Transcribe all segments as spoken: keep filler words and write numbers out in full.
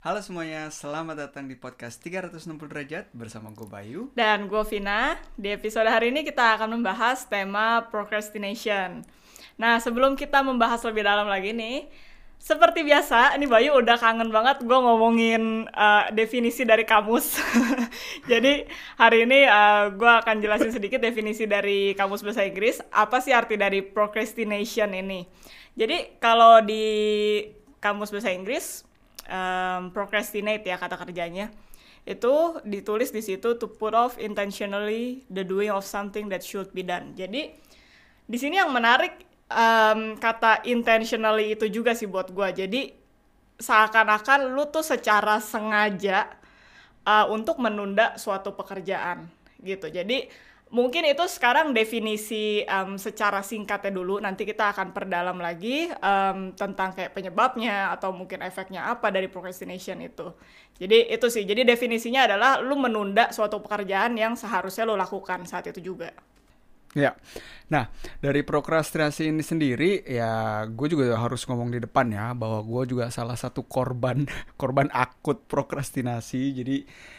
Halo semuanya, selamat datang di podcast tiga ratus enam puluh derajat bersama gue Bayu. Dan gue Vina. Di episode hari ini kita akan membahas tema procrastination. Nah, sebelum kita membahas lebih dalam lagi nih, seperti biasa, ini Bayu udah kangen banget gue ngomongin uh, definisi dari kamus. Jadi hari ini uh, gue akan jelasin sedikit definisi dari kamus bahasa Inggris. Apa sih arti dari procrastination ini? Jadi kalau di kamus bahasa Inggris, um, procrastinate ya kata kerjanya, itu ditulis di situ to put off intentionally the doing of something that should be done. Jadi di sini yang menarik um, kata intentionally itu juga sih buat gue. Jadi seakan-akan lu tuh secara sengaja uh, untuk menunda suatu pekerjaan gitu. Jadi mungkin itu sekarang definisi um, secara singkatnya dulu. Nanti kita akan perdalam lagi um, tentang kayak penyebabnya atau mungkin efeknya apa dari procrastination itu. Jadi itu sih. Jadi definisinya adalah lu menunda suatu pekerjaan yang seharusnya lu lakukan saat itu juga. Ya, nah dari prokrastinasi ini sendiri ya gue juga harus ngomong di depan ya bahwa gue juga salah satu korban korban akut prokrastinasi. Jadi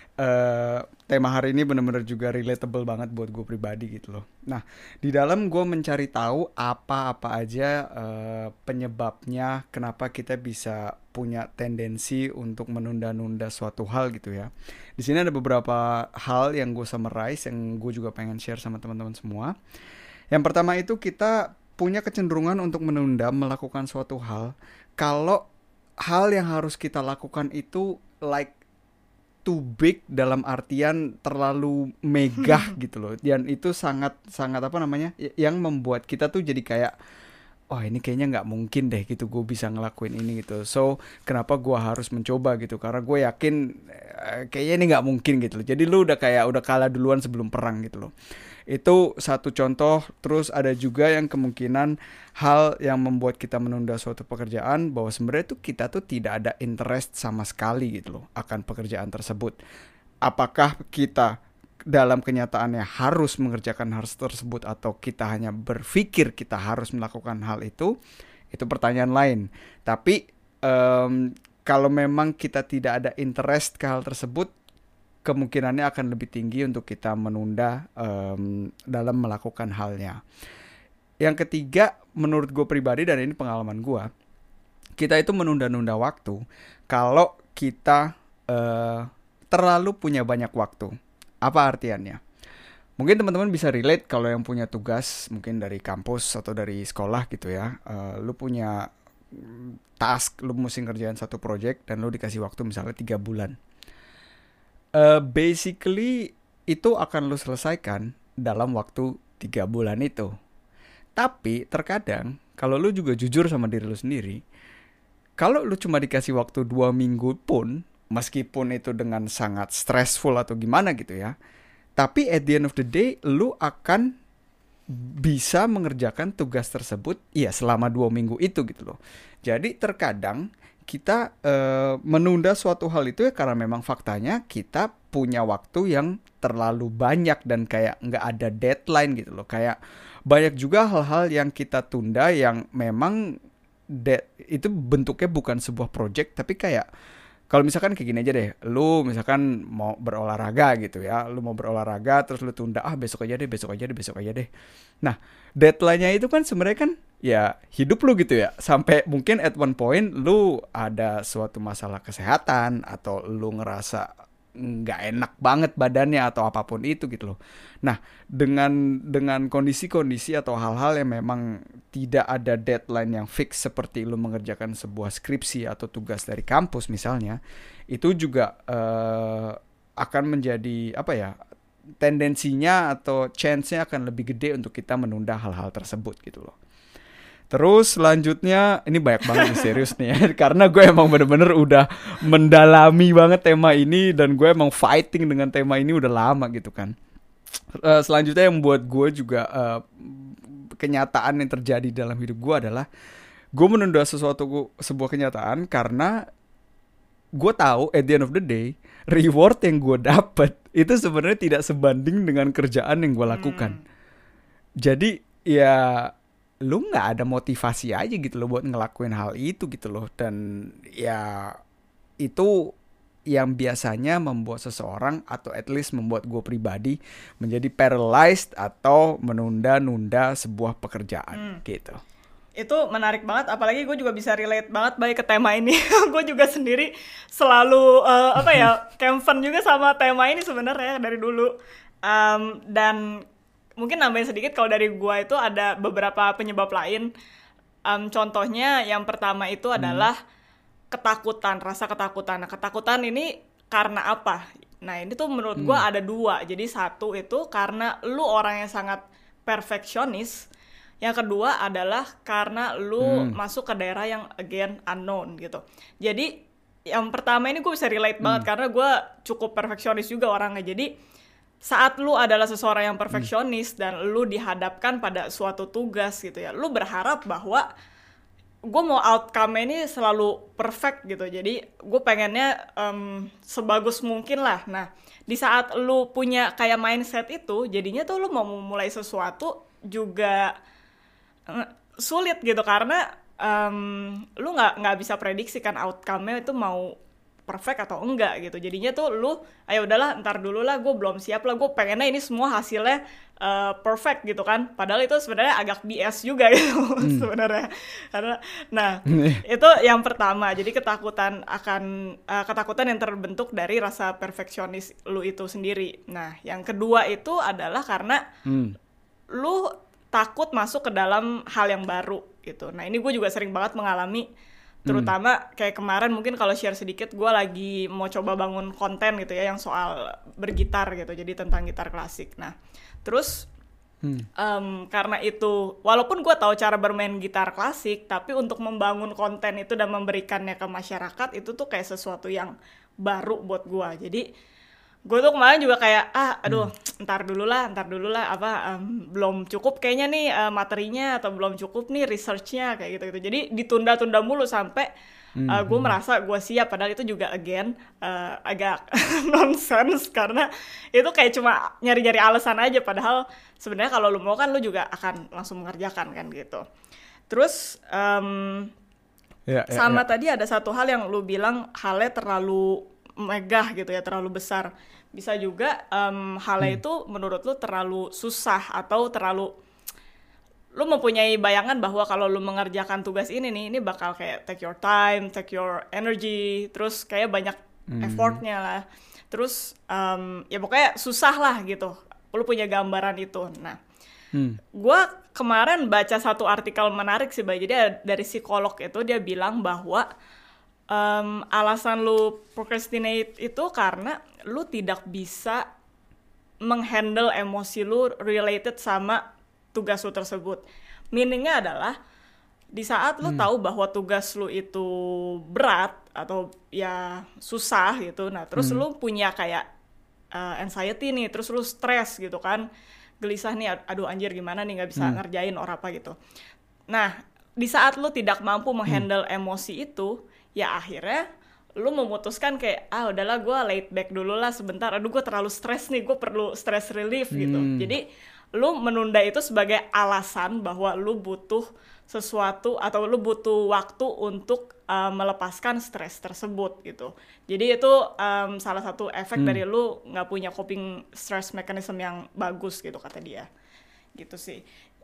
eh, tema hari ini benar-benar juga relatable banget buat gue pribadi gitu loh. Nah di dalam gue mencari tahu apa-apa aja eh, penyebabnya kenapa kita bisa punya tendensi untuk menunda-nunda suatu hal gitu ya. Di sini ada beberapa hal yang gue summarize yang gue juga pengen share sama teman-teman semua. Yang pertama itu kita punya kecenderungan untuk menunda melakukan suatu hal kalau hal yang harus kita lakukan itu like too big dalam artian terlalu megah gitu loh. Dan itu sangat sangat apa namanya? Yang membuat kita tuh jadi kayak oh ini kayaknya nggak mungkin deh gitu gue bisa ngelakuin ini gitu. So kenapa gue harus mencoba gitu? Karena gue yakin eh, kayaknya ini nggak mungkin gitu loh. Jadi lu udah kayak udah kalah duluan sebelum perang gitu loh. Itu satu contoh. Terus ada juga yang kemungkinan hal yang membuat kita menunda suatu pekerjaan bahwa sebenarnya tuh kita tuh tidak ada interest sama sekali gitu loh akan pekerjaan tersebut. Apakah kita dalam kenyataannya harus mengerjakan hal tersebut atau kita hanya berpikir kita harus melakukan hal itu, itu pertanyaan lain. Tapi um, kalau memang kita tidak ada interest ke hal tersebut, kemungkinannya akan lebih tinggi untuk kita menunda um, dalam melakukan halnya. Yang ketiga, menurut gue pribadi dan ini pengalaman gue, kita itu menunda-nunda waktu kalau kita uh, terlalu punya banyak waktu. Apa artiannya? Mungkin teman-teman bisa relate kalau yang punya tugas mungkin dari kampus atau dari sekolah gitu ya. Uh, lu punya task, lu mesti ngerjain satu project dan lu dikasih waktu misalnya tiga bulan. Uh, basically itu akan lu selesaikan dalam waktu tiga bulan itu. Tapi terkadang kalau lu juga jujur sama diri lu sendiri, kalau lu cuma dikasih waktu dua minggu pun, meskipun itu dengan sangat stressful atau gimana gitu ya, tapi at the end of the day lu akan bisa mengerjakan tugas tersebut ya selama dua minggu itu gitu loh. Jadi terkadang kita uh, menunda suatu hal itu ya karena memang faktanya kita punya waktu yang terlalu banyak dan kayak nggak ada deadline gitu loh. Kayak banyak juga hal-hal yang kita tunda yang memang de- itu bentuknya bukan sebuah project tapi kayak kalau misalkan kayak gini aja deh, lu misalkan mau berolahraga gitu ya, lu mau berolahraga terus lu tunda, ah besok aja deh, besok aja deh, besok aja deh. Nah, deadline-nya itu kan sebenarnya kan ya hidup lu gitu ya. Sampai mungkin at one point lu ada suatu masalah kesehatan atau lu ngerasa nggak enak banget badannya atau apapun itu gitu loh. Nah, dengan dengan kondisi-kondisi atau hal-hal yang memang tidak ada deadline yang fix seperti lu mengerjakan sebuah skripsi atau tugas dari kampus misalnya, itu juga uh, akan menjadi apa ya? Tendensinya atau chance-nya akan lebih gede untuk kita menunda hal-hal tersebut gitu loh. Terus selanjutnya ini banyak banget nih serius nih ya. Karena gue emang bener-bener udah mendalami banget tema ini dan gue emang fighting dengan tema ini udah lama gitu kan. Uh, selanjutnya yang buat gue juga uh, kenyataan yang terjadi dalam hidup gue adalah gue menunda sesuatu sebuah kenyataan karena gue tahu at the end of the day reward yang gue dapet itu sebenarnya tidak sebanding dengan kerjaan yang gue lakukan. Hmm. Jadi ya lu nggak ada motivasi aja gitu loh buat ngelakuin hal itu gitu loh dan ya itu yang biasanya membuat seseorang atau at least membuat gue pribadi menjadi paralyzed atau menunda-nunda sebuah pekerjaan Hmm. gitu. Itu menarik banget, apalagi gue juga bisa relate banget baik ke tema ini. Gue juga sendiri selalu eh, apa ya, campfen juga sama tema ini sebenarnya dari dulu. Em, dan mungkin nambahin sedikit, kalau dari gue itu ada beberapa penyebab lain. Em, contohnya yang pertama itu adalah ketakutan, rasa ketakutan. Nah, ketakutan ini karena apa? Nah, ini tuh menurut gue ada dua. Jadi satu itu karena lu orang yang sangat perfeksionis. Yang kedua adalah karena lu masuk ke daerah yang again unknown gitu. Jadi yang pertama ini gue bisa relate banget karena gue cukup perfeksionis juga orangnya. Jadi saat lu adalah seseorang yang perfeksionis dan lu dihadapkan pada suatu tugas gitu ya, lu berharap bahwa gue mau outcome ini selalu perfect gitu. Jadi gue pengennya em, sebagus mungkin lah. Nah, di saat lu punya kayak mindset itu, jadinya tuh lu mau memulai sesuatu juga eh, sulit gitu, karena em, lu nggak nggak bisa prediksi kan outcome-nya itu mau perfect atau enggak gitu. Jadinya tuh lu, ayo udahlah ntar dulu lah, gue belum siap lah, gue pengennya ini semua hasilnya uh, perfect gitu kan. Padahal itu sebenarnya agak B S juga gitu sebenarnya. Karena, nah itu yang pertama. Jadi ketakutan akan uh, ketakutan yang terbentuk dari rasa perfeksionis lu itu sendiri. Nah, yang kedua itu adalah karena lu takut masuk ke dalam hal yang baru gitu. Nah, ini gue juga sering banget mengalami. Terutama kayak kemarin, mungkin kalau share sedikit, gue lagi mau coba bangun konten gitu ya yang soal bergitar gitu, jadi tentang gitar klasik. Nah terus hmm. um, karena itu, walaupun gue tahu cara bermain gitar klasik, tapi untuk membangun konten itu dan memberikannya ke masyarakat itu tuh kayak sesuatu yang baru buat gue. Jadi gue tuh kemarin juga kayak ah aduh hmm. ntar dulu lah ntar dulu lah apa um, belum cukup kayaknya nih uh, materinya, atau belum cukup nih researchnya kayak gitu gitu. Jadi ditunda-tunda mulu sampai uh, hmm. gue merasa gue siap, padahal itu juga again uh, agak nonsense, karena itu kayak cuma nyari-nyari alasan aja, padahal sebenarnya kalau lu mau kan lu juga akan langsung mengerjakan kan gitu. Terus um, ya, ya, sama ya. Tadi ada satu hal yang lu bilang halnya terlalu megah gitu ya, terlalu besar. Bisa juga um, halnya hmm. itu menurut lu terlalu susah, atau terlalu lu mempunyai bayangan bahwa kalau lu mengerjakan tugas ini nih, ini bakal kayak take your time, take your energy, terus kayak banyak hmm. effortnya lah. Terus um, ya pokoknya susah lah gitu. Lu punya gambaran itu. Nah, hmm. gue kemarin baca satu artikel menarik sih, Bay. Jadi dari psikolog itu dia bilang bahwa Um, alasan lu procrastinate itu karena lu tidak bisa menghandle emosi lu related sama tugas lu tersebut. Meaningnya adalah di saat lu hmm. tahu bahwa tugas lu itu berat atau ya susah gitu, nah terus hmm. lu punya kayak uh, anxiety nih, terus lu stres gitu kan, gelisah nih, aduh anjir gimana nih nggak bisa hmm. ngerjain or apa gitu. Nah di saat lu tidak mampu menghandle hmm. emosi itu, ya akhirnya lu memutuskan kayak ah udahlah gue laid back dulu lah sebentar, aduh gue terlalu stres nih, gue perlu stress relief gitu. Hmm. Jadi lu menunda itu sebagai alasan bahwa lu butuh sesuatu atau lu butuh waktu untuk uh, melepaskan stres tersebut gitu. Jadi itu um, salah satu efek hmm. dari lu nggak punya coping stress mechanism yang bagus gitu kata dia. Gitu sih.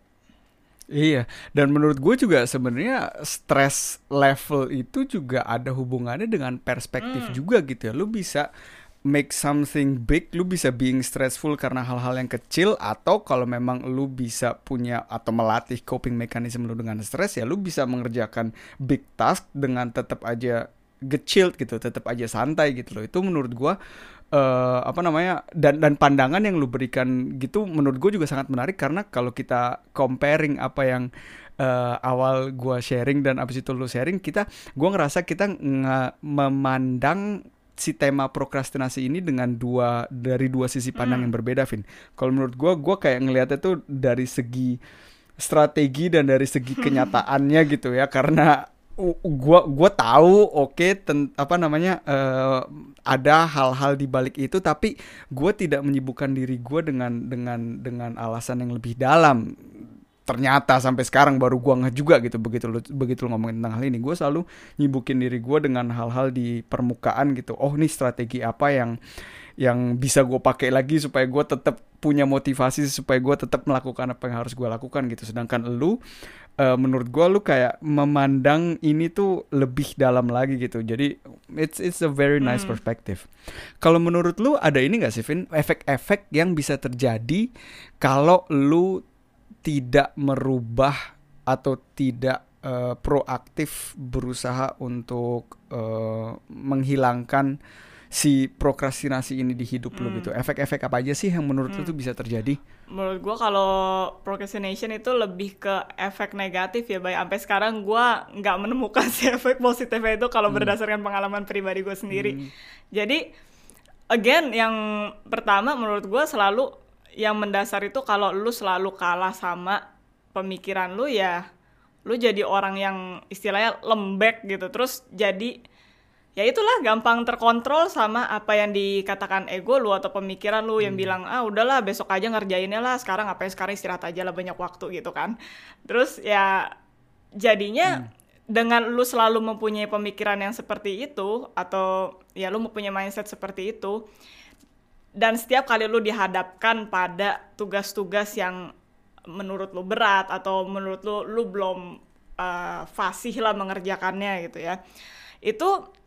Iya, dan menurut gue juga sebenarnya stress level itu juga ada hubungannya dengan perspektif hmm. juga gitu ya. Lu bisa make something big, lu bisa being stressful karena hal-hal yang kecil, atau kalau memang lu bisa punya atau melatih coping mechanism lu dengan stres, ya lu bisa mengerjakan big task dengan tetap aja gechilled gitu, tetap aja santai gitu loh. Itu menurut gue Uh, apa namanya dan dan pandangan yang lu berikan gitu menurut gue juga sangat menarik, karena kalau kita comparing apa yang uh, awal gue sharing dan abis itu lu sharing, kita gue ngerasa kita nge- memandang si tema prokrastinasi ini dengan dua dari dua sisi pandang hmm. yang berbeda, Vin. Kalau menurut gue gue kayak ngelihatnya tuh dari segi strategi dan dari segi kenyataannya gitu ya, karena gua gua tahu oke okay, ten, apa namanya uh, ada hal-hal di balik itu, tapi gua tidak menyibukkan diri gua dengan dengan dengan alasan yang lebih dalam. ternyata sampai sekarang baru gue ngeh juga gitu begitu lu begitu lu ngomongin tentang hal ini. Gue selalu nyibukin diri gue dengan hal-hal di permukaan gitu. Oh, nih strategi apa yang yang bisa gue pakai lagi supaya gue tetap punya motivasi, supaya gue tetap melakukan apa yang harus gue lakukan gitu. Sedangkan lu uh, menurut gue lu kayak memandang ini tuh lebih dalam lagi gitu. Jadi it's it's a very nice Hmm. perspective. Kalau menurut lu ada ini nggak sih, Vin, efek-efek yang bisa terjadi kalau lu tidak merubah atau tidak uh, proaktif berusaha untuk uh, menghilangkan si prokrastinasi ini di hidup lu gitu. Efek-efek apa aja sih yang menurut lu tuh bisa terjadi? Menurut gue kalau procrastination itu lebih ke efek negatif ya, Bay. Sampai sekarang gue nggak menemukan si efek positifnya itu kalau berdasarkan pengalaman pribadi gue sendiri. Jadi, again, yang pertama menurut gue selalu yang mendasar itu kalau lu selalu kalah sama pemikiran lu, ya lu jadi orang yang istilahnya lembek gitu. Terus jadi ya itulah gampang terkontrol sama apa yang dikatakan ego lu atau pemikiran lu yang bilang ah udahlah besok aja ngerjainnya lah, sekarang ngapain, sekarang istirahat aja lah, banyak waktu gitu kan. Terus ya jadinya dengan lu selalu mempunyai pemikiran yang seperti itu atau ya lu mempunyai mindset seperti itu, dan setiap kali lu dihadapkan pada tugas-tugas yang menurut lu berat atau menurut lu lu belum uh, fasih lah mengerjakannya gitu ya, itu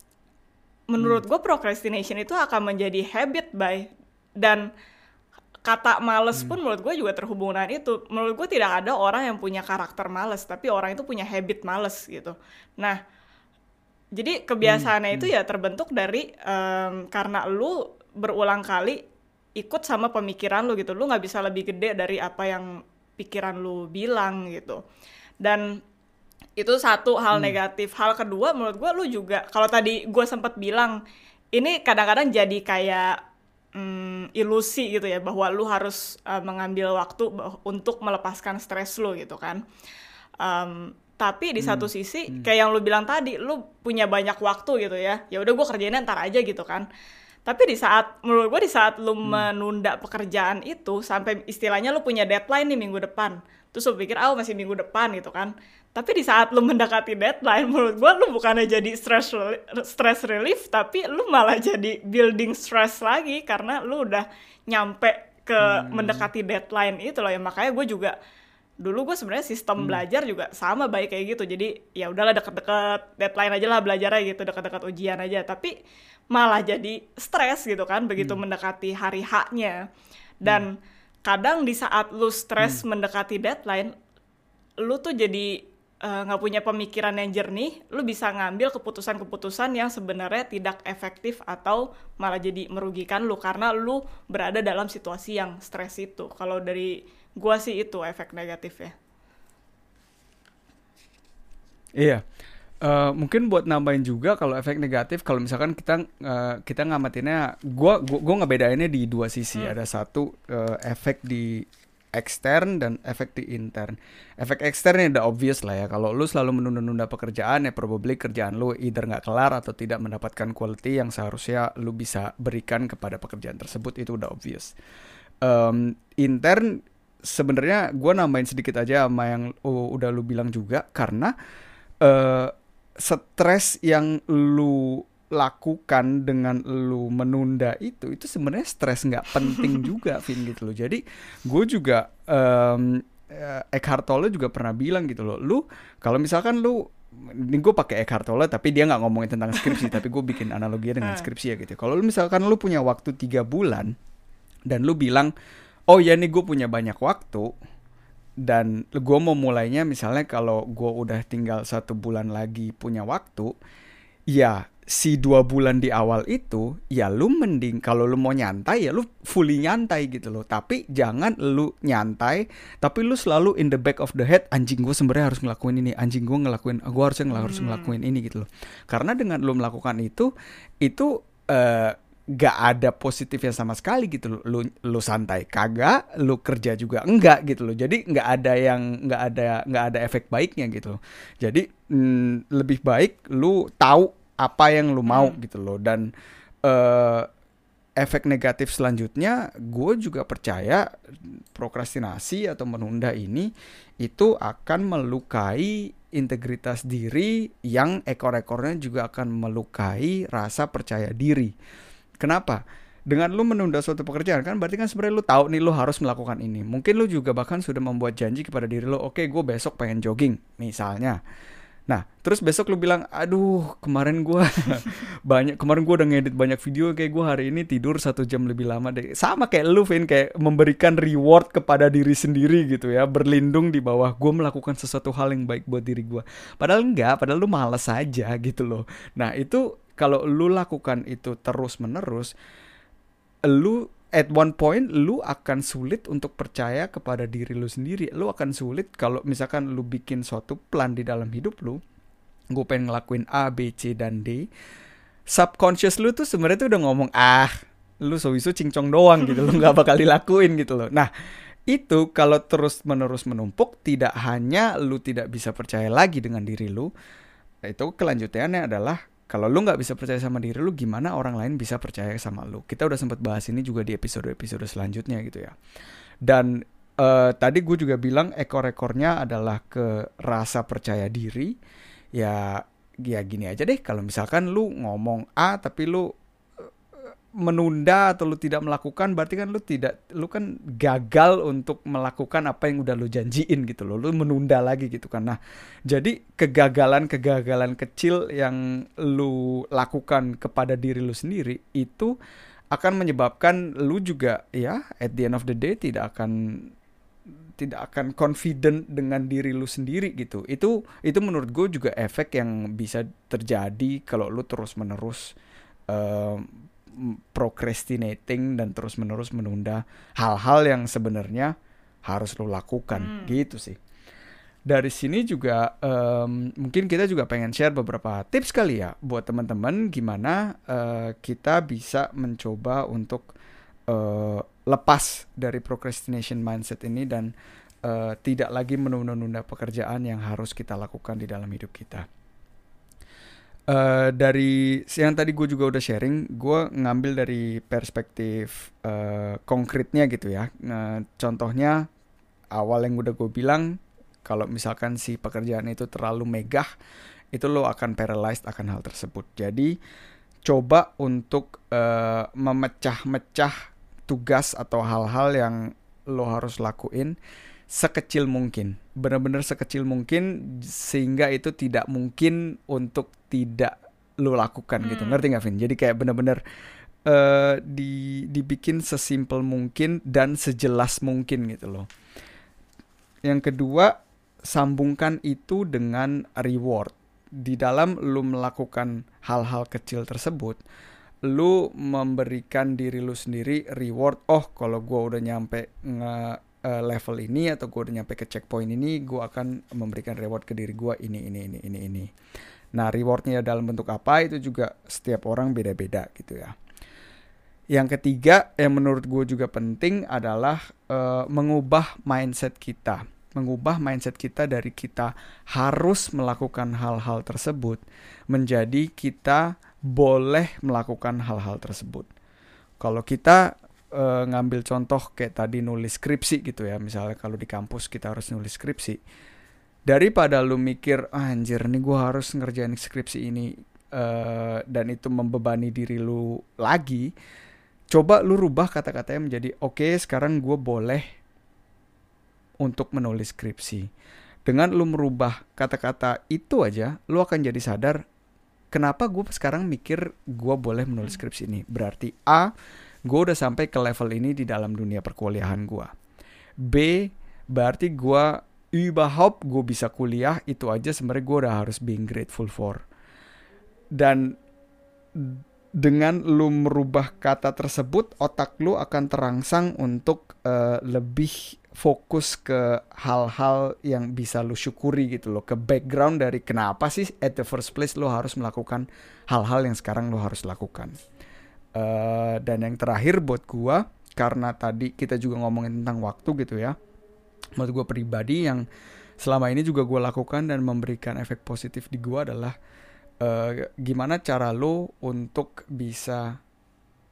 menurut gue procrastination itu akan menjadi habit, Bay. Dan kata males pun menurut gue juga terhubungan itu. Menurut gue tidak ada orang yang punya karakter males, tapi orang itu punya habit males gitu. Nah, jadi kebiasaannya itu ya terbentuk dari um, karena lu berulang kali ikut sama pemikiran lu gitu. Lu gak bisa lebih gede dari apa yang pikiran lu bilang gitu. Dan itu satu hal hmm. negatif. Hal kedua menurut gue lu juga, kalau tadi gue sempat bilang ini kadang-kadang jadi kayak hmm, ilusi gitu ya, bahwa lu harus uh, mengambil waktu untuk melepaskan stres lu gitu kan. Um, tapi di hmm. satu sisi hmm. kayak yang lu bilang tadi, lu punya banyak waktu gitu ya, ya udah gue kerjainnya ntar aja gitu kan. Tapi di saat, menurut gue di saat lu hmm. menunda pekerjaan itu sampai istilahnya lu punya deadline nih minggu depan, terus lu pikir ah oh, masih minggu depan gitu kan. Tapi di saat lu mendekati deadline, menurut gue lu bukannya jadi stress stress relief, tapi lu malah jadi building stress lagi karena lu udah nyampe ke hmm. mendekati deadline itu loh ya. Makanya gue juga dulu gue sebenarnya sistem hmm. belajar juga sama baik kayak gitu. Jadi ya udahlah deket-deket deadline aja lah belajarnya gitu, deket-deket ujian aja. Tapi malah jadi stres gitu kan begitu hmm. mendekati hari H-nya. Dan hmm. kadang di saat lu stres hmm. mendekati deadline, lu tuh jadi nggak uh, punya pemikiran yang jernih, lu bisa ngambil keputusan-keputusan yang sebenarnya tidak efektif atau malah jadi merugikan lu karena lu berada dalam situasi yang stres itu. Kalau dari gua sih itu efek negatifnya. Iya, uh, mungkin buat nambahin juga kalau efek negatif, kalau misalkan kita uh, kita ngamatinnya, gua gua, gua ngebedainnya di dua sisi. Hmm. Ada satu uh, efek di ekstern dan efek di intern. Efek eksternnya udah obvious lah ya. Kalau lu selalu menunda-nunda pekerjaan, ya probably kerjaan lu either nggak kelar atau tidak mendapatkan quality yang seharusnya lu bisa berikan kepada pekerjaan tersebut. Itu udah obvious. Um, intern sebenarnya gue nambahin sedikit aja sama yang uh, udah lu bilang juga, karena uh, stres yang lu lakukan dengan lu menunda itu itu sebenarnya stres nggak penting juga, Vin, gitu loh. Jadi gue juga um, Eckhart Tolle juga pernah bilang gitu loh, lu kalau misalkan lu, ini gue pakai Eckhart Tolle tapi dia nggak ngomongin tentang skripsi tapi gue bikin analoginya dengan skripsi ya gitu. Kalau lu misalkan lu punya waktu tiga bulan dan lu bilang oh ya nih gue punya banyak waktu dan gue mau mulainya misalnya kalau gue udah tinggal satu bulan lagi punya waktu, ya si dua bulan di awal itu ya lu mending kalau lu mau nyantai ya lu fully nyantai gitu loh. Tapi jangan lu nyantai tapi lu selalu in the back of the head, anjing gue sebenarnya harus ngelakuin ini, anjing gue ngelakuin gue harusnya ngel- harus ngelakuin ini gitu loh. Karena dengan lu melakukan itu itu uh, gak ada positifnya sama sekali gitu loh. Lu lu santai kagak, lu kerja juga enggak gitu loh. Jadi nggak ada yang nggak ada nggak ada efek baiknya gitu loh. Jadi mm, lebih baik lu tahu apa yang lu mau hmm. gitu loh. Dan uh, efek negatif selanjutnya, gue juga percaya prokrastinasi atau menunda ini itu akan melukai integritas diri, yang ekor-ekornya juga akan melukai rasa percaya diri. Kenapa? Dengan lu menunda suatu pekerjaan kan berarti kan sebenarnya lu tahu nih lu harus melakukan ini. Mungkin lu juga bahkan sudah membuat janji kepada diri lu, oke, gue besok pengen jogging misalnya. Nah, terus besok lu bilang, aduh, kemarin gue banyak, kemarin gue udah ngedit banyak video, kayak gue hari ini tidur satu jam lebih lama deh. Sama kayak lu, Vin, kayak memberikan reward kepada diri sendiri gitu ya, berlindung di bawah gue melakukan sesuatu hal yang baik buat diri gue. Padahal enggak, padahal lu malas aja gitu loh. Nah, itu kalau lu lakukan itu terus-menerus, lu at one point lu akan sulit untuk percaya kepada diri lu sendiri. Lu akan sulit kalau misalkan lu bikin suatu plan di dalam hidup lu, gue pengen ngelakuin A, B, C, dan D, subconscious lu tuh sebenarnya tuh udah ngomong, ah, lu so-iso cincong doang gitu, lu gak bakal dilakuin gitu loh. Nah, itu kalau terus menerus menumpuk, tidak hanya lu tidak bisa percaya lagi dengan diri lu, itu kelanjutannya adalah kalau lu nggak bisa percaya sama diri lu, gimana orang lain bisa percaya sama lu? Kita udah sempat bahas ini juga di episode-episode selanjutnya gitu ya. Dan uh, tadi gue juga bilang ekor-ekornya adalah ke rasa percaya diri. Ya, ya gini aja deh. Kalau misalkan lu ngomong A tapi lu menunda atau lu tidak melakukan, berarti kan lu tidak, lu kan gagal untuk melakukan apa yang udah lu janjiin gitu loh. Lu menunda lagi gitu kan. Nah, jadi kegagalan-kegagalan kecil yang lu lakukan kepada diri lu sendiri itu akan menyebabkan lu juga ya at the end of the day tidak akan tidak akan confident dengan diri lu sendiri gitu. Itu itu menurut gue juga efek yang bisa terjadi kalau lu terus-menerus uh, procrastinating dan terus-menerus menunda hal-hal yang sebenarnya harus lo lakukan hmm. gitu sih. Dari sini juga um, mungkin kita juga pengen share beberapa tips kali ya buat teman-teman gimana uh, kita bisa mencoba untuk uh, lepas dari procrastination mindset ini dan uh, tidak lagi menunda-nunda pekerjaan yang harus kita lakukan di dalam hidup kita. Uh, dari yang tadi gue juga udah sharing, gue ngambil dari perspektif uh, konkretnya gitu ya. Uh, contohnya awal yang udah gue bilang, kalau misalkan si pekerjaan itu terlalu megah, itu lo akan paralyzed akan hal tersebut. Jadi coba untuk uh, memecah-mecah tugas atau hal-hal yang lo harus lakuin sekecil mungkin, benar-benar sekecil mungkin sehingga itu tidak mungkin untuk tidak lo lakukan hmm. gitu, ngerti nggak, Vin? Jadi kayak benar-benar uh, di dibikin sesimpel mungkin dan sejelas mungkin gitu loh. Yang kedua, sambungkan itu dengan reward. Di dalam lo melakukan hal-hal kecil tersebut, lo memberikan diri lo sendiri reward. Oh, kalau gue udah nyampe nge Uh, level ini atau gue udah nyampe ke checkpoint ini, gue akan memberikan reward ke diri gue ini, ini, ini, ini, ini. Nah, rewardnya dalam bentuk apa itu juga setiap orang beda-beda gitu ya. Yang ketiga yang menurut gue juga penting adalah uh, mengubah mindset kita. Mengubah mindset kita dari kita harus melakukan hal-hal tersebut menjadi kita boleh melakukan hal-hal tersebut. Kalau kita Uh, ngambil contoh kayak tadi nulis skripsi gitu ya, misalnya kalau di kampus kita harus nulis skripsi, daripada lu mikir ah, anjir nih gue harus ngerjain skripsi ini uh, dan itu membebani diri lu lagi, coba lu rubah kata-katanya menjadi oke, okay, sekarang gue boleh untuk menulis skripsi. Dengan lu merubah kata-kata itu aja, lu akan jadi sadar kenapa gue sekarang mikir gue boleh menulis skripsi ini. Berarti A, gue udah sampai ke level ini di dalam dunia perkuliahan gue. B, berarti gue überhaupt gue bisa kuliah, itu aja sebenarnya gue udah harus being grateful for. Dan dengan lu merubah kata tersebut, otak lu akan terangsang untuk uh, lebih fokus ke hal-hal yang bisa lu syukuri gitu loh, ke background dari kenapa sih at the first place lu harus melakukan hal-hal yang sekarang lu harus lakukan. Uh, dan yang terakhir buat gue, karena tadi kita juga ngomongin tentang waktu gitu ya, menurut gue pribadi yang selama ini juga gue lakukan dan memberikan efek positif di gue adalah uh, gimana cara lo untuk bisa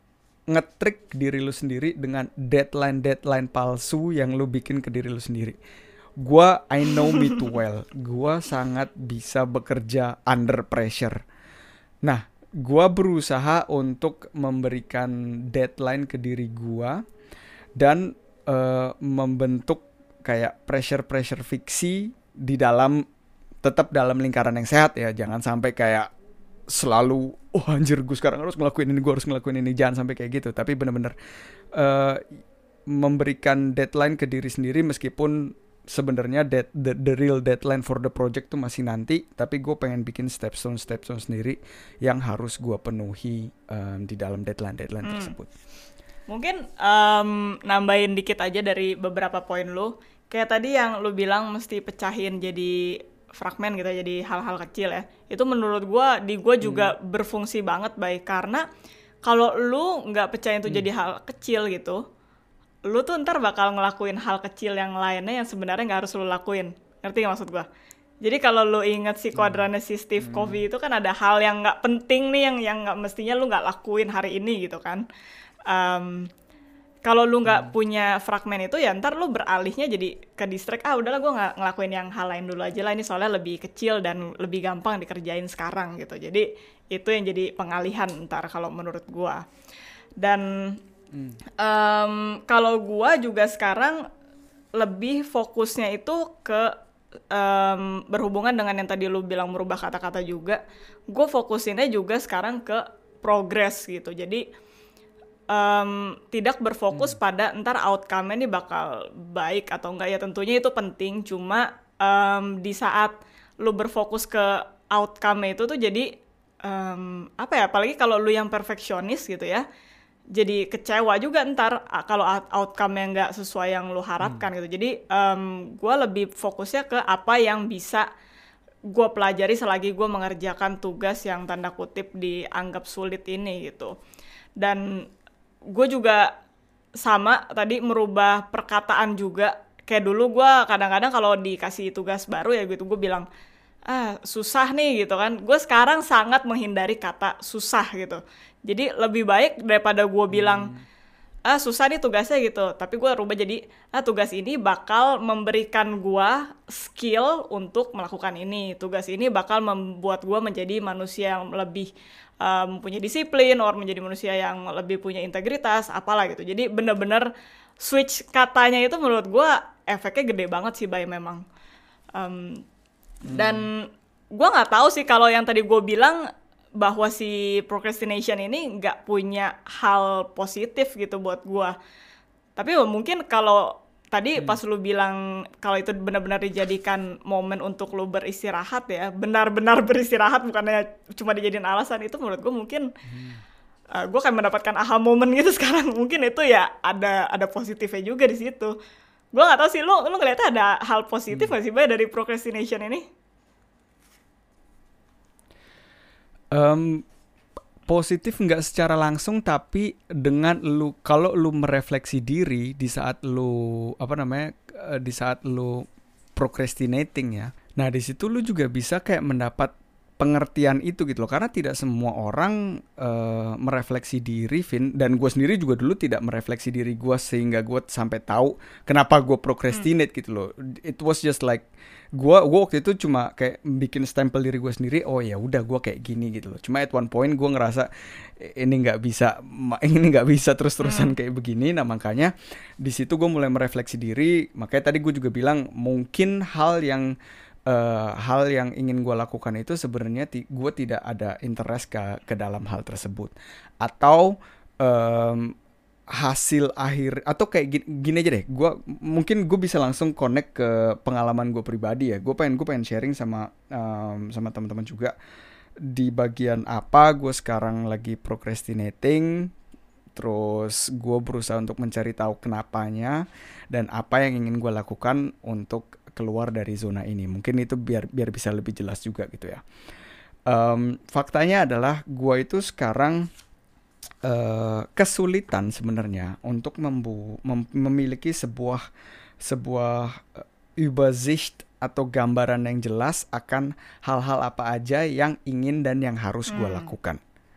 ngetrik diri lu sendiri dengan deadline-deadline palsu yang lu bikin ke diri lu sendiri. Gua, I know me too well. Gua sangat bisa bekerja under pressure. Nah, gua berusaha untuk memberikan deadline ke diri gua dan uh, membentuk kayak pressure-pressure fiksi di dalam, tetap dalam lingkaran yang sehat ya. Jangan sampai kayak selalu, oh anjir gue sekarang harus ngelakuin ini, gue harus ngelakuin ini. Jangan sampai kayak gitu. Tapi bener-bener uh, memberikan deadline ke diri sendiri, meskipun sebenarnya dead, the, the real deadline for the project tuh masih nanti. Tapi gue pengen bikin stepstone-stepstone sendiri yang harus gue penuhi um, di dalam deadline-deadline hmm. tersebut. Mungkin um, nambahin dikit aja dari beberapa poin lu. Kayak tadi yang lu bilang mesti pecahin jadi fragmen gitu, jadi hal-hal kecil ya. Itu menurut gue, di gue juga hmm. berfungsi banget baik. Karena kalau lu nggak pecahin itu hmm. jadi hal kecil gitu, lu tuh ntar bakal ngelakuin hal kecil yang lainnya yang sebenarnya nggak harus lu lakuin. Ngerti gak maksud gue? Jadi kalau lu inget si kuadrannya si Steve hmm. Covey itu kan ada hal yang nggak penting nih, yang yang nggak mestinya lu nggak lakuin hari ini gitu kan. Um, kalau lu nggak hmm. punya fragmen itu ya ntar lu beralihnya jadi ke distract, ah udahlah gue nggak ngelakuin yang hal lain dulu aja lah, ini soalnya lebih kecil dan lebih gampang dikerjain sekarang gitu. Jadi itu yang jadi pengalihan ntar kalau menurut gue. Dan hmm. um, kalau gue juga sekarang lebih fokusnya itu ke um, berhubungan dengan yang tadi lu bilang merubah kata-kata juga. Gue fokusinnya juga sekarang ke progress gitu. Jadi Um, tidak berfokus hmm. pada ntar outcome-nya ini bakal baik atau enggak. Ya tentunya itu penting, cuma um, di saat lu berfokus ke outcome-nya itu tuh jadi um, apa ya, apalagi kalau lu yang perfeksionis gitu ya, jadi kecewa juga ntar kalau outcome-nya nggak sesuai yang lu harapkan hmm. gitu. Jadi um, gue lebih fokusnya ke apa yang bisa gue pelajari selagi gue mengerjakan tugas yang tanda kutip dianggap sulit ini gitu. Dan gue juga sama tadi merubah perkataan juga. Kayak dulu gue kadang-kadang kalau dikasih tugas baru ya gitu, gue bilang ah susah nih gitu kan. Gue sekarang sangat menghindari kata susah gitu. Jadi lebih baik daripada gue bilang ah susah nih tugasnya gitu, tapi gue rubah jadi ah tugas ini bakal memberikan gue skill untuk melakukan ini. Tugas ini bakal membuat gue menjadi manusia yang lebih Um, punya disiplin, or menjadi manusia yang lebih punya integritas, apalah gitu. Jadi bener-bener switch katanya itu menurut gue efeknya gede banget sih, Bay, memang. Um, hmm. Dan gue nggak tahu sih kalau yang tadi gue bilang bahwa si procrastination ini nggak punya hal positif gitu buat gue. Tapi mungkin kalau tadi hmm. pas lu bilang kalau itu benar-benar dijadikan momen untuk lu beristirahat ya, benar-benar beristirahat, bukannya cuma dijadiin alasan, itu menurut gue mungkin hmm. uh, gue akan mendapatkan aha moment gitu sekarang. Mungkin itu ya ada ada positifnya juga di situ. Gue nggak tahu sih, lu lu ngeliatnya ada hal positif nggak hmm. sih, Bay, dari procrastination ini? Um, positif nggak secara langsung, tapi dengan lu, kalau lu merefleksi diri di saat lu apa namanya di saat lu procrastinating ya, nah di situ lu juga bisa kayak mendapat pengertian itu gitu loh. Karena tidak semua orang uh, merefleksi diri, Vin, dan gue sendiri juga dulu tidak merefleksi diri gue sehingga gue sampai tahu kenapa gue procrastinate hmm. gitu loh. It was just like gue gue waktu itu cuma kayak bikin stempel diri gue sendiri, oh ya udah gue kayak gini gitu loh. Cuma at one point gue ngerasa ini nggak bisa ini nggak bisa terus-terusan hmm. kayak begini. Nah makanya di situ gue mulai merefleksi diri. Makanya tadi gue juga bilang mungkin hal yang Uh, hal yang ingin gue lakukan itu sebenarnya ti- gue tidak ada interest ke ke dalam hal tersebut, atau um, hasil akhir, atau kayak gini, gini aja deh, gue mungkin gue bisa langsung connect ke pengalaman gue pribadi ya. Gue pengen gue pengen sharing sama um, sama teman-teman juga di bagian apa gue sekarang lagi procrastinating. Terus gue berusaha untuk mencari tahu kenapanya dan apa yang ingin gue lakukan untuk keluar dari zona ini. Mungkin itu biar biar bisa lebih jelas juga gitu ya. Um, faktanya adalah gue itu sekarang uh, kesulitan sebenarnya untuk membu- mem- memiliki sebuah sebuah uh, Übersicht atau gambaran yang jelas akan hal-hal apa aja yang ingin dan yang harus gue hmm. lakukan.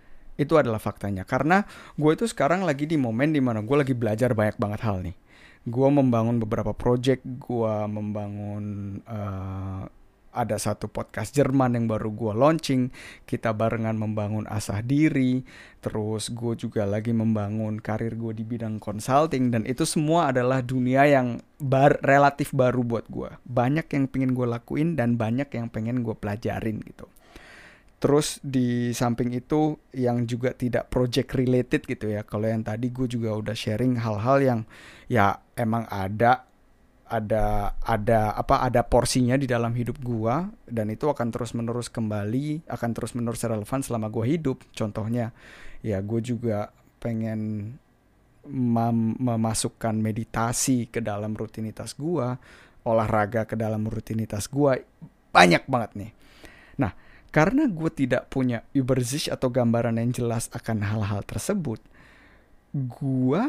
Itu adalah faktanya. Karena gue itu sekarang lagi di momen dimana gue lagi belajar banyak banget hal nih. Gue membangun beberapa project, gue membangun uh, ada satu podcast Jerman yang baru gue launching. Kita barengan membangun Asah Diri. Terus gue juga lagi membangun karir gue di bidang consulting. Dan itu semua adalah dunia yang bar, relatif baru buat gue. Banyak yang pengen gue lakuin dan banyak yang pengen gue pelajarin gitu. Terus di samping itu yang juga tidak project related gitu ya. Kalau yang tadi gue juga udah sharing hal-hal yang ya emang ada ada ada apa ada porsinya di dalam hidup gue, dan itu akan terus-menerus kembali, akan terus-menerus relevan selama gue hidup. Contohnya ya gue juga pengen mem- memasukkan meditasi ke dalam rutinitas gue, olahraga ke dalam rutinitas gue. Banyak banget nih. Nah, karena gue tidak punya Übersicht atau gambaran yang jelas akan hal-hal tersebut, gue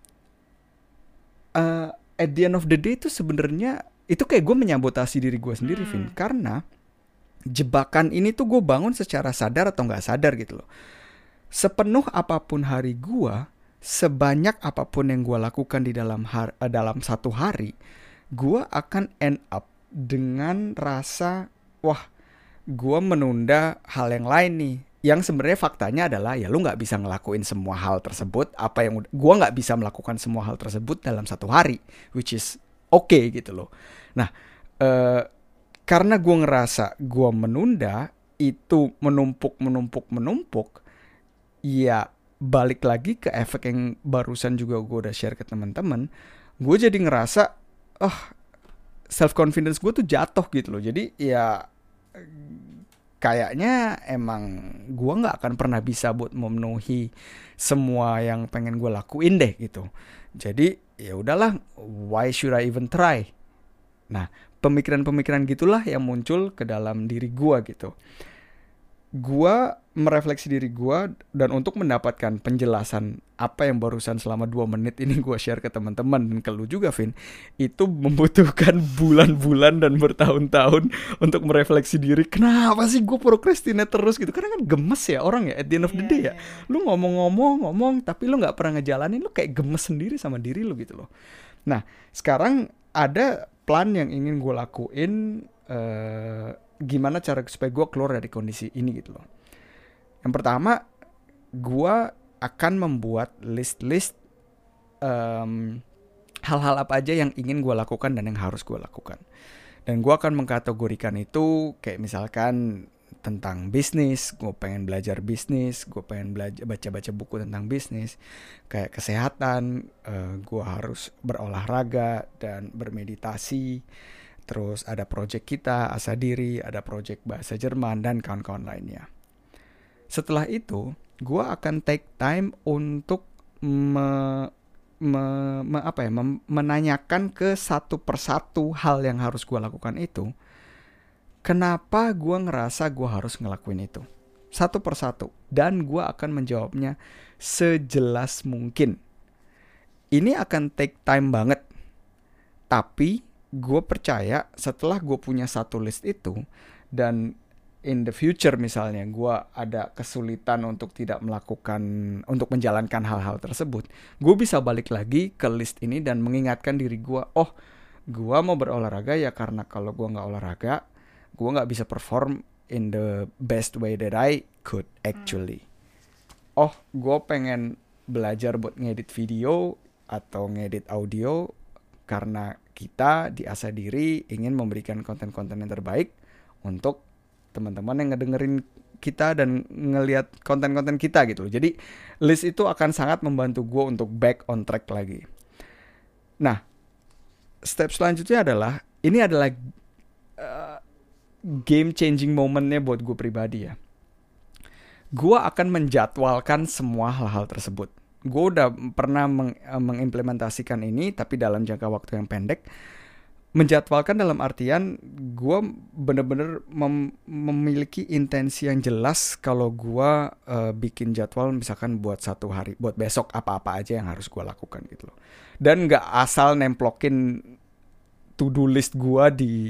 uh, at the end of the day itu sebenarnya itu kayak gue menyabotasi diri gue sendiri, Vin. Hmm. Karena jebakan ini tuh gue bangun secara sadar atau nggak sadar gitu loh. Sepenuh apapun hari gue, sebanyak apapun yang gue lakukan di dalam har- uh, dalam satu hari, gue akan end up dengan rasa wah, gue menunda hal yang lain nih. Yang sebenarnya faktanya adalah ya lu nggak bisa ngelakuin semua hal tersebut. Apa yang gue nggak bisa melakukan semua hal tersebut dalam satu hari, which is okay gitu loh. Nah, eh, karena gue ngerasa gue menunda itu menumpuk menumpuk menumpuk, ya balik lagi ke efek yang barusan juga gue udah share ke teman-teman. Gue jadi ngerasa, oh, self confidence gue tuh jatuh gitu loh. Jadi ya kayaknya emang gue nggak akan pernah bisa buat memenuhi semua yang pengen gue lakuin deh gitu. Jadi ya udahlah, why should I even try? Nah, pemikiran-pemikiran gitulah yang muncul ke dalam diri gue gitu. Gue merefleksi diri gue, dan untuk mendapatkan penjelasan apa yang barusan selama dua menit ini gue share ke teman-teman dan ke lu juga, Vin, itu membutuhkan bulan-bulan dan bertahun-tahun untuk merefleksi diri. Kenapa sih gue procrastinate terus gitu? Karena kan gemes ya orang ya, at the end of the day ya. Lu ngomong-ngomong, ngomong, tapi lu gak pernah ngejalanin, lu kayak gemes sendiri sama diri lu gitu loh. Nah, sekarang ada plan yang ingin gue lakuin, uh, gimana cara supaya gue keluar dari kondisi ini gitu loh. Yang pertama, gue akan membuat list-list um, hal-hal apa aja yang ingin gue lakukan dan yang harus gue lakukan. Dan gue akan mengkategorikan itu kayak misalkan tentang bisnis, gue pengen belajar bisnis, gue pengen belajar baca-baca buku tentang bisnis, kayak kesehatan, uh, gue harus berolahraga dan bermeditasi. Terus ada project kita, Asah Diri, ada project bahasa Jerman, dan kawan-kawan lainnya. Setelah itu, gue akan take time untuk me, me, me, apa ya, mem, menanyakan ke satu persatu hal yang harus gue lakukan itu. Kenapa gue ngerasa gue harus ngelakuin itu? Satu persatu. Dan gue akan menjawabnya sejelas mungkin. Ini akan take time banget. Tapi gue percaya setelah gue punya satu list itu, dan in the future misalnya gue ada kesulitan untuk tidak melakukan, untuk menjalankan hal-hal tersebut, gue bisa balik lagi ke list ini dan mengingatkan diri gue, oh gue mau berolahraga ya karena kalau gue gak olahraga, gue gak bisa perform in the best way that I could actually. Oh, gue pengen belajar buat ngedit video atau ngedit audio karena kita di Asah Diri ingin memberikan konten-konten yang terbaik untuk teman-teman yang ngedengerin kita dan ngelihat konten-konten kita gitu. Jadi list itu akan sangat membantu gue untuk back on track lagi. Nah, step selanjutnya adalah, ini adalah uh, game changing momennya buat gue pribadi ya. Gue akan menjadwalkan semua hal-hal tersebut. Gue udah pernah meng, mengimplementasikan ini, tapi dalam jangka waktu yang pendek. Menjadwalkan dalam artian gue bener-bener mem- memiliki intensi yang jelas kalau gue uh, bikin jadwal misalkan buat satu hari, buat besok apa-apa aja yang harus gue lakukan gitu loh. Dan gak asal nemplokin to-do list gue di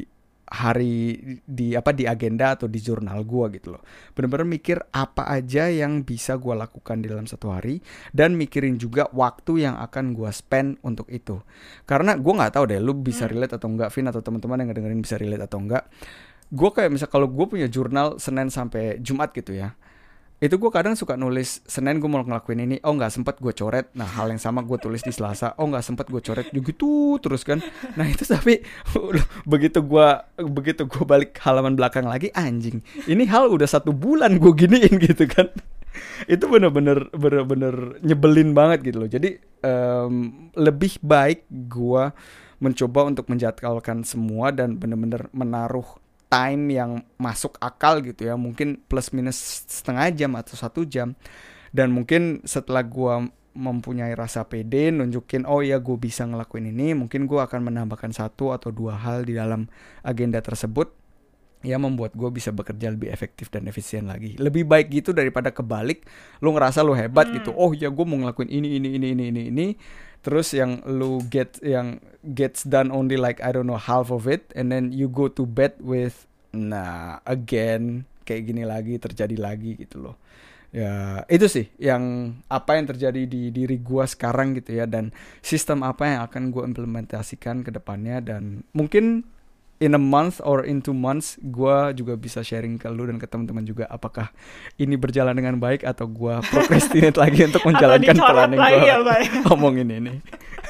hari di apa di agenda atau di jurnal gue gitu loh. Bener-bener mikir apa aja yang bisa gue lakukan di dalam satu hari, dan mikirin juga waktu yang akan gue spend untuk itu. Karena gue nggak tahu deh lu bisa relate atau enggak, Vin, atau teman-teman yang ngedengerin bisa relate atau enggak. Gue kayak misal kalau gue punya jurnal Senin sampai Jumat gitu ya, itu gue kadang suka nulis Senin gue mau ngelakuin ini, oh nggak sempet gue coret. Nah hal yang sama gue tulis di Selasa, oh nggak sempet gue coret juga gitu terus kan. Nah itu tapi begitu gue begitu gue balik halaman belakang lagi, anjing ini hal udah satu bulan gue giniin gitu kan. Itu bener-bener bener-bener nyebelin banget gitu loh. Jadi um, lebih baik gue mencoba untuk menjadwalkan semua dan bener-bener menaruh time yang masuk akal gitu ya, mungkin plus minus setengah jam atau satu jam. Dan mungkin setelah gue mempunyai rasa pede, nunjukin oh ya gue bisa ngelakuin ini, mungkin gue akan menambahkan satu atau dua hal di dalam agenda tersebut ya, membuat gue bisa bekerja lebih efektif dan efisien lagi. Lebih baik gitu daripada kebalik, lu ngerasa lu hebat hmm. gitu, oh ya gue mau ngelakuin ini ini ini ini ini ini, terus yang lu get yang gets done only like I don't know half of it, and then you go to bed with nah again kayak gini lagi, terjadi lagi gitu loh. Ya itu sih yang apa yang terjadi di diri gue sekarang gitu ya, dan sistem apa yang akan gue implementasikan ke depannya. Dan mungkin in a month or in two months gue juga bisa sharing ke lu dan ke teman-teman juga apakah ini berjalan dengan baik atau gue procrastinate lagi untuk menjalankan plan yang gue ya, omongin ini.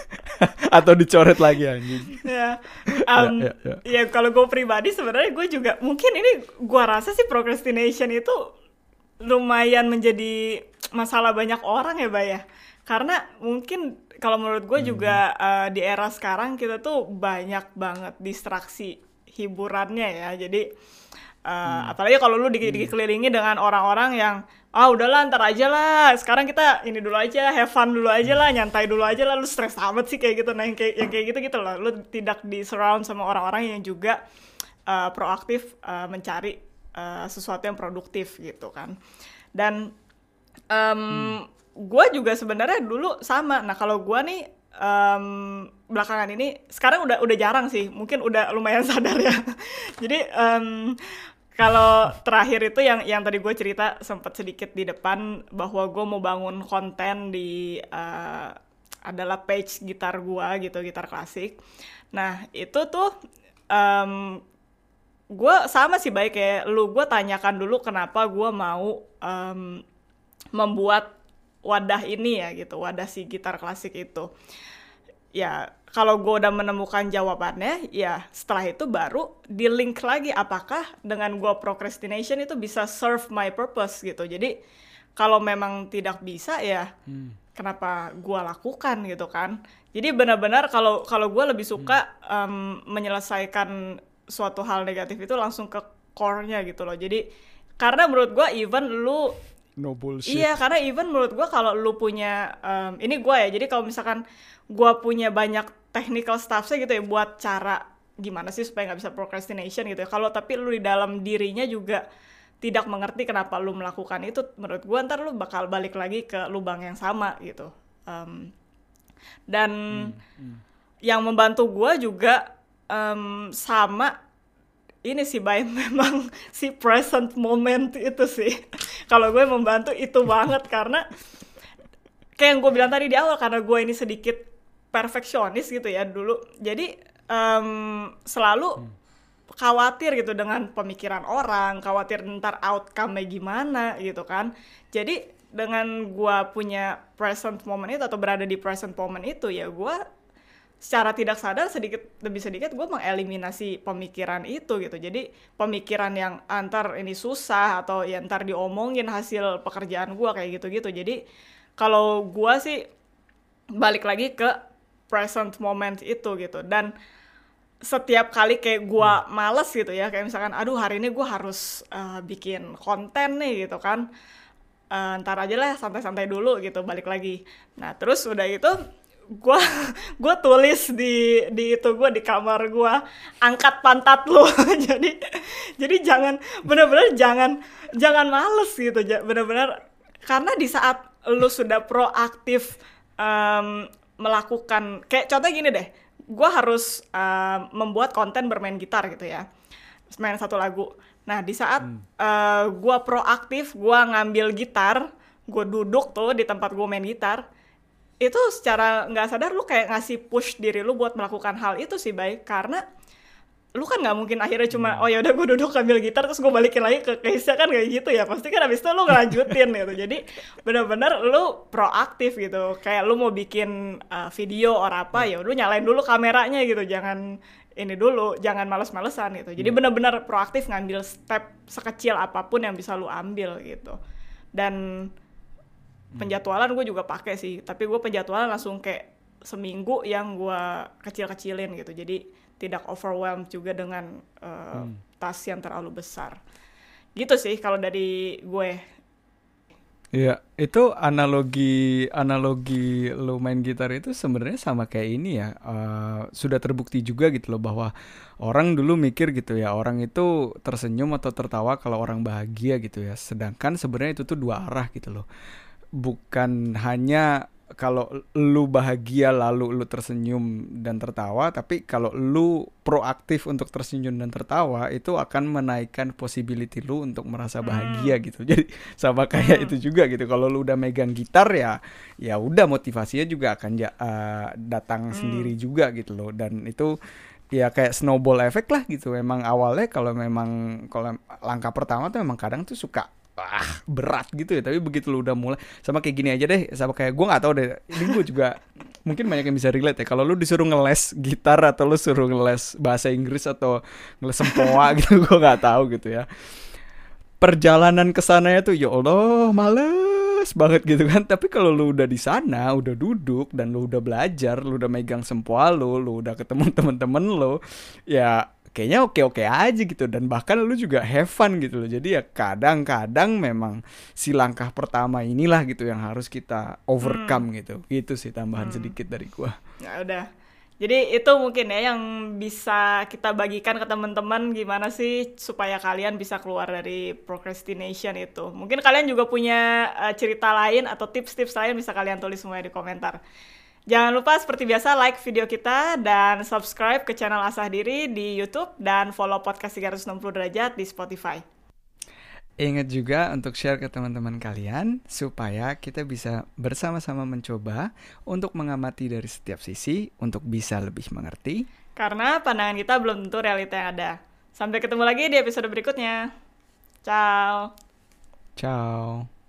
Atau dicoret lagi anjing. Ya, um, ya, ya, ya. ya kalau gue pribadi sebenarnya gue juga mungkin ini gue rasa sih procrastination itu lumayan menjadi masalah banyak orang ya, Bay ya. Karena mungkin kalau menurut gue hmm. juga uh, di era sekarang kita tuh banyak banget distraksi hiburannya ya. Jadi uh, hmm. apalagi kalau lu di- dikelilingi dengan orang-orang yang ah udahlah ntar aja lah, sekarang kita ini dulu aja, have fun dulu aja lah, nyantai dulu aja lah, lu stres amat sih kayak gitu. Nah yang kayak, yang kayak gitu gitu loh, lu tidak di surround sama orang-orang yang juga uh, proaktif uh, mencari uh, sesuatu yang produktif gitu kan. Dan um, hmm. gue juga sebenarnya dulu sama. Nah kalau gue nih um, belakangan ini sekarang udah udah jarang sih, mungkin udah lumayan sadar ya. Jadi um, kalau terakhir itu yang yang tadi gue cerita sempat sedikit di depan bahwa gue mau bangun konten di uh, adalah page gitar gue gitu, gitar klasik. Nah itu tuh um, gue sama sih baik kayak lu, gue tanyakan dulu kenapa gue mau um, membuat wadah ini ya gitu, wadah si gitar klasik itu. Ya kalau gue udah menemukan jawabannya, ya setelah itu baru di link lagi apakah dengan gue procrastination itu bisa serve my purpose gitu. Jadi kalau memang tidak bisa ya hmm. kenapa gue lakukan gitu kan. Jadi benar-benar kalau kalau gue lebih suka hmm. um, menyelesaikan suatu hal negatif itu langsung ke core-nya gitu loh. Jadi karena menurut gue even lu no bullshit. Iya, karena even menurut gue kalau lu punya um, ini gue ya, jadi kalau misalkan gue punya banyak technical stuff-nya gitu ya buat cara gimana sih supaya nggak bisa procrastination gitu ya. Kalau tapi lu di dalam dirinya juga tidak mengerti kenapa lu melakukan itu, menurut gue ntar lu bakal balik lagi ke lubang yang sama gitu. Um, dan hmm, hmm. yang membantu gue juga um, sama ini sih Bay, memang si present moment itu sih. Kalau gue membantu itu banget karena kayak yang gue bilang tadi di awal, karena gue ini sedikit perfeksionis gitu ya dulu. Jadi um, selalu hmm. khawatir gitu dengan pemikiran orang, khawatir ntar outcome-nya gimana gitu kan. Jadi dengan gue punya present moment itu atau berada di present moment itu, ya gue secara tidak sadar sedikit demi sedikit gue mengeliminasi pemikiran itu gitu. Jadi pemikiran yang antar ini susah atau ya ntar diomongin hasil pekerjaan gue kayak gitu-gitu. Jadi kalau gue sih balik lagi ke present moment itu gitu. Dan setiap kali kayak gue males gitu ya, kayak misalkan aduh hari ini gue harus uh, bikin konten nih gitu kan, uh, ntar aja lah santai-santai dulu gitu, balik lagi. Nah terus udah itu gue gue tulis di di itu gue di kamar gue, angkat pantat lu. jadi jadi jangan benar-benar jangan jangan males gitu, benar-benar karena di saat lu sudah proaktif um, melakukan kayak contoh gini deh, gue harus um, membuat konten bermain gitar gitu ya. main satu lagu. Nah di saat hmm. uh, gue proaktif, gue ngambil gitar, gue duduk tuh di tempat gue main gitar, itu secara nggak sadar lu kayak ngasih push diri lu buat melakukan hal itu sih, baik, karena lu kan nggak mungkin akhirnya cuma hmm. oh ya udah gue duduk ambil gitar terus gue balikin lagi ke case-nya, kan kayak gitu ya, pasti kan abis itu lu ngelanjutin gitu. Jadi benar-benar lu proaktif gitu, kayak lu mau bikin uh, video or apa, ya udah nyalain dulu kameranya gitu, jangan ini dulu, jangan males-malesan gitu. Jadi hmm. benar-benar proaktif ngambil step sekecil apapun yang bisa lu ambil gitu. Dan penjadwalan gue juga pakai sih, tapi gue penjadwalan langsung kayak seminggu yang gue kecil-kecilin gitu, jadi tidak overwhelmed juga dengan uh, hmm. tas yang terlalu besar. Gitu sih kalau dari gue. Iya, itu analogi analogi lo main gitar itu sebenarnya sama kayak ini ya. Uh, sudah terbukti juga gitu loh bahwa orang dulu mikir gitu ya, orang itu tersenyum atau tertawa kalau orang bahagia gitu ya. Sedangkan sebenarnya itu tuh dua arah gitu loh. Bukan hanya kalau lu bahagia lalu lu tersenyum dan tertawa, tapi kalau lu proaktif untuk tersenyum dan tertawa, itu akan menaikkan possibility lu untuk merasa bahagia hmm. gitu. Jadi sama kayak hmm. itu juga gitu. Kalau lu udah megang gitar ya, ya udah motivasinya juga akan ja- uh, datang hmm. sendiri juga gitu loh. Dan itu ya kayak snowball effect lah gitu. Emang awalnya kalau memang kalau langkah pertama tuh emang kadang tuh suka ah berat gitu ya, tapi begitu lu udah mulai, sama kayak gini aja deh, sama kayak gue nggak tahu deh, ini gue juga mungkin banyak yang bisa relate ya, kalau lu disuruh ngeles gitar atau lu suruh ngeles bahasa Inggris atau ngeles sempoa gitu, gue nggak tahu gitu ya, perjalanan kesananya tuh ya Allah males banget gitu kan. Tapi kalau lu udah di sana, udah duduk dan lu udah belajar, lu udah megang sempoa lu, lu udah ketemu temen-temen lu, ya kayaknya oke-oke aja gitu, dan bahkan lu juga have fun gitu loh. Jadi ya kadang-kadang memang si langkah pertama inilah gitu yang harus kita overcome hmm. gitu. Gitu sih tambahan hmm. sedikit dari gua. Ya udah. Jadi itu mungkin ya yang bisa kita bagikan ke teman-teman, gimana sih supaya kalian bisa keluar dari procrastination itu. Mungkin kalian juga punya uh, cerita lain atau tips-tips lain, bisa kalian tulis semua di komentar. Jangan lupa seperti biasa like video kita dan subscribe ke channel Asah Diri di YouTube dan follow podcast tiga ratus enam puluh derajat di Spotify. Ingat juga untuk share ke teman-teman kalian supaya kita bisa bersama-sama mencoba untuk mengamati dari setiap sisi untuk bisa lebih mengerti. Karena pandangan kita belum tentu realita yang ada. Sampai ketemu lagi di episode berikutnya. Ciao. Ciao.